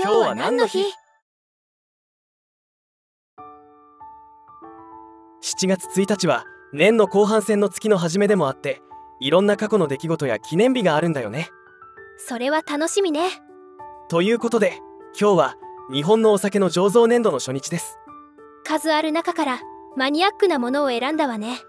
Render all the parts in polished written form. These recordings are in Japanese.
今日は何の日？7月1日は年の後半戦の月の初めでもあって、いろんな過去の出来事や記念日があるんだよね。 それは楽しみね。 ということで今日は日本のお酒の醸造年度の初日です。 数ある中からマニアックなものを選んだわね。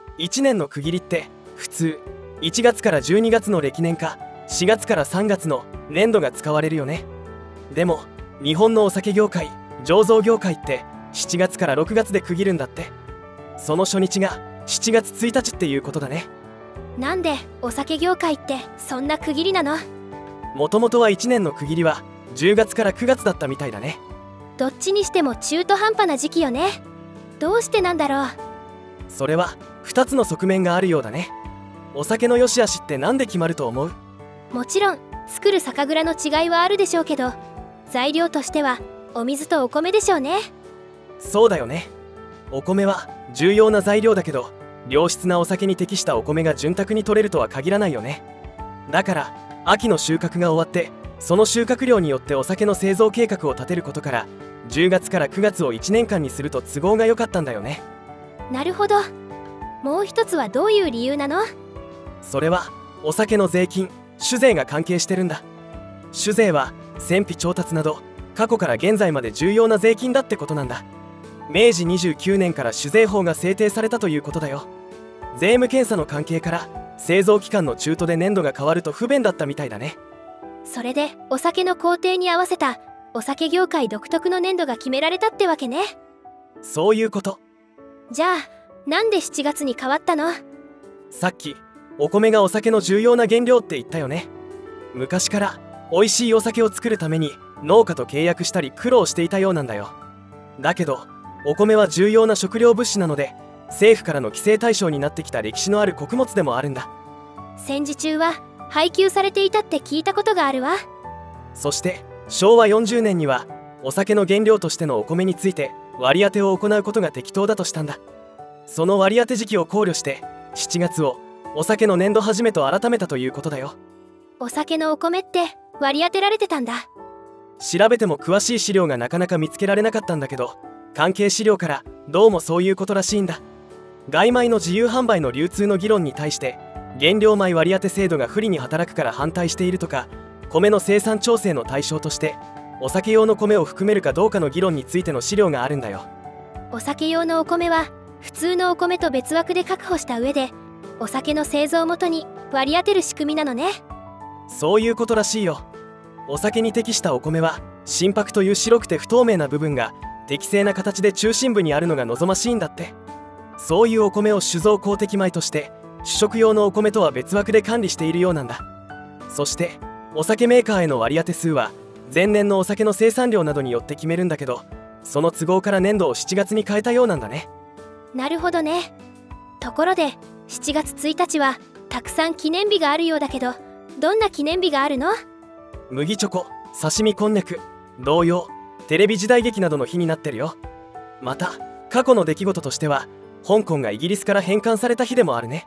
1年の区切りって普通1月から12月の暦年か4月から3月の年度が使われるよね。でも日本のお酒業界、醸造業界って7月から6月で区切るんだって。その初日が7月1日っていうことだね。 なんでお酒業界ってそんな区切りなの？ もともとは1年の区切りは10月から9月だったみたいだね。 どっちにしても中途半端な時期よね。どうしてなんだろう。 それは2つの側面があるようだね。お酒の良し悪しって何で決まると思う？ もちろん作る酒蔵の違いはあるでしょうけど、材料としてはお水とお米でしょうね。 そうだよね。お米は重要な材料だけど、良質なお酒に適したお米が潤沢に取れるとは限らないよね。だから秋の収穫が終わってその収穫量によってお酒の製造計画を立てることから、10月から9月を1年間にすると都合が良かったんだよね。 なるほど。もう一つはどういう理由なの？ それはお酒の税金、酒税が関係してるんだ。酒税は戦費調達など過去から現在まで重要な税金だってことなんだ。明治29年から酒税法が制定されたということだよ。税務検査の関係から製造期間の中途で年度が変わると不便だったみたいだね。 それでお酒の工程に合わせたお酒業界独特の年度が決められたってわけね。 そういうこと。 じゃあなんで7月に変わったの？ さっきお米がお酒の重要な原料って言ったよね。昔から美味しいお酒を作るために農家と契約したり苦労していたようなんだよ。だけどお米は重要な食料物資なので、政府からの規制対象になってきた歴史のある穀物でもあるんだ。 戦時中は配給されていたって聞いたことがあるわ。 そして昭和40年にはお酒の原料としてのお米について割り当てを行うことが適当だとしたんだ。その割り当て時期を考慮して7月をお酒の年度始めと改めたということだよ。 お酒のお米って割り当てられてたんだ。 調べても詳しい資料がなかなか見つけられなかったんだけど、関係資料からどうもそういうことらしいんだ。外米の自由販売の流通の議論に対して原料米割り当て制度が不利に働くから反対しているとか、米の生産調整の対象としてお酒用の米を含めるかどうかの議論についての資料があるんだよ。 お酒用のお米は普通のお米と別枠で確保した上でお酒の製造元に割り当てる仕組みなのね。 そういうことらしいよ。お酒に適したお米は心白という白くて不透明な部分が適正な形で中心部にあるのが望ましいんだって。そういうお米を酒造公的米として主食用のお米とは別枠で管理しているようなんだ。そしてお酒メーカーへの割り当て数は前年のお酒の生産量などによって決めるんだけど、その都合から年度を7月に変えたようなんだね。 なるほどね。ところで7月1日はたくさん記念日があるようだけど、どんな記念日があるの？ 麦チョコ、刺身こんにゃく、童謡、テレビ時代劇などの日になってるよ。また過去の出来事としては香港がイギリスから返還された日でもあるね。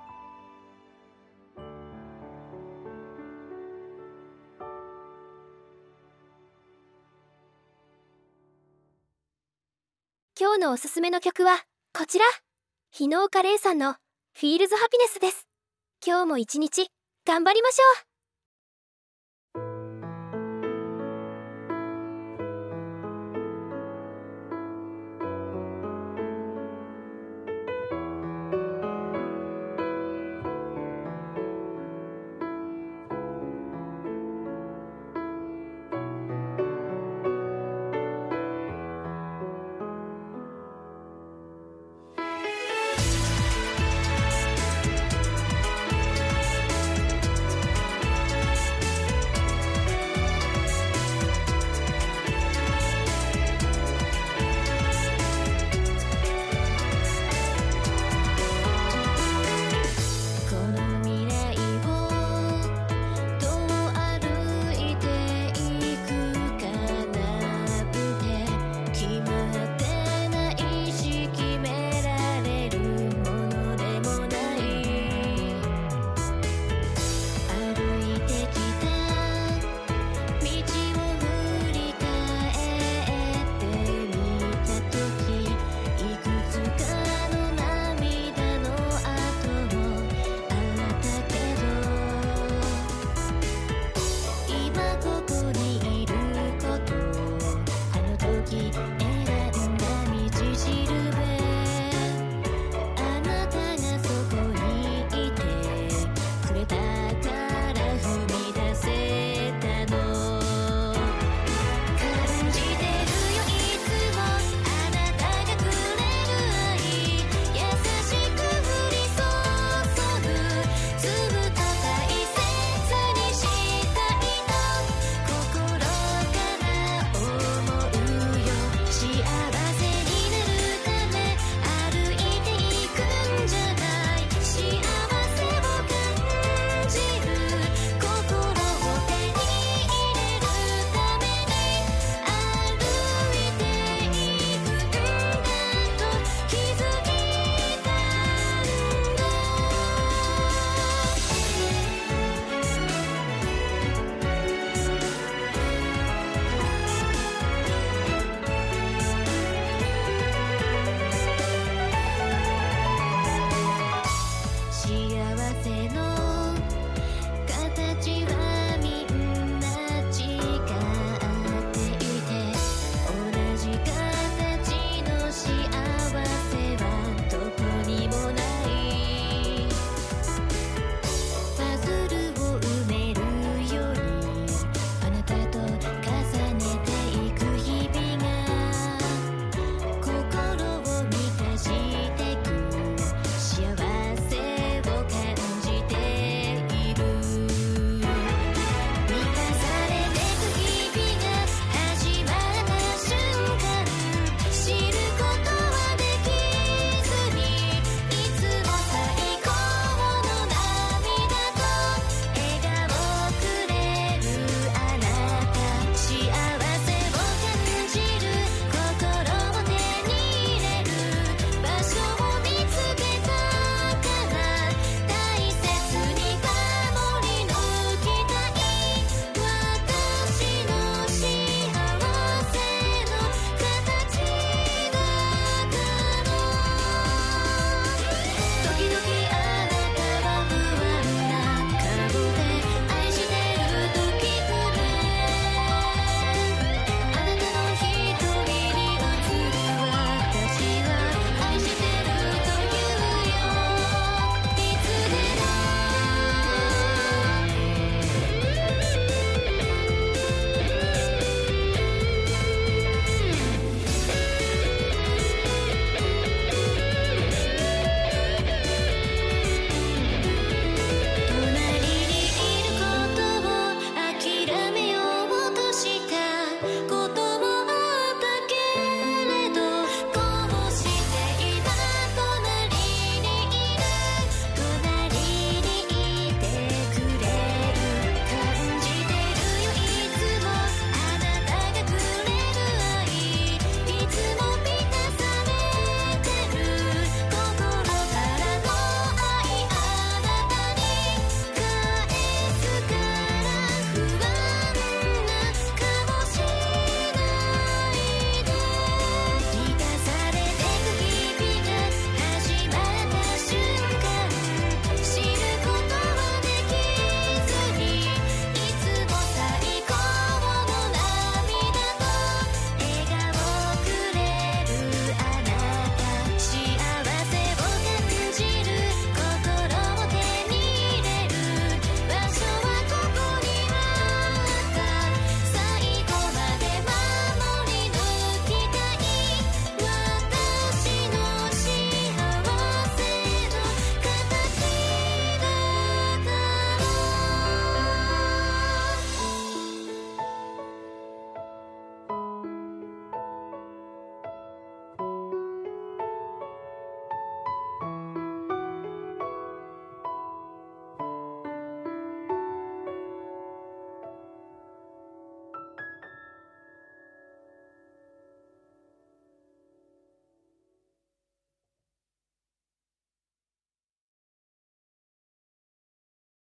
今日のおすすめの曲はこちら、日野岡玲さんの「Feels Happiness」です。今日も一日頑張りましょう。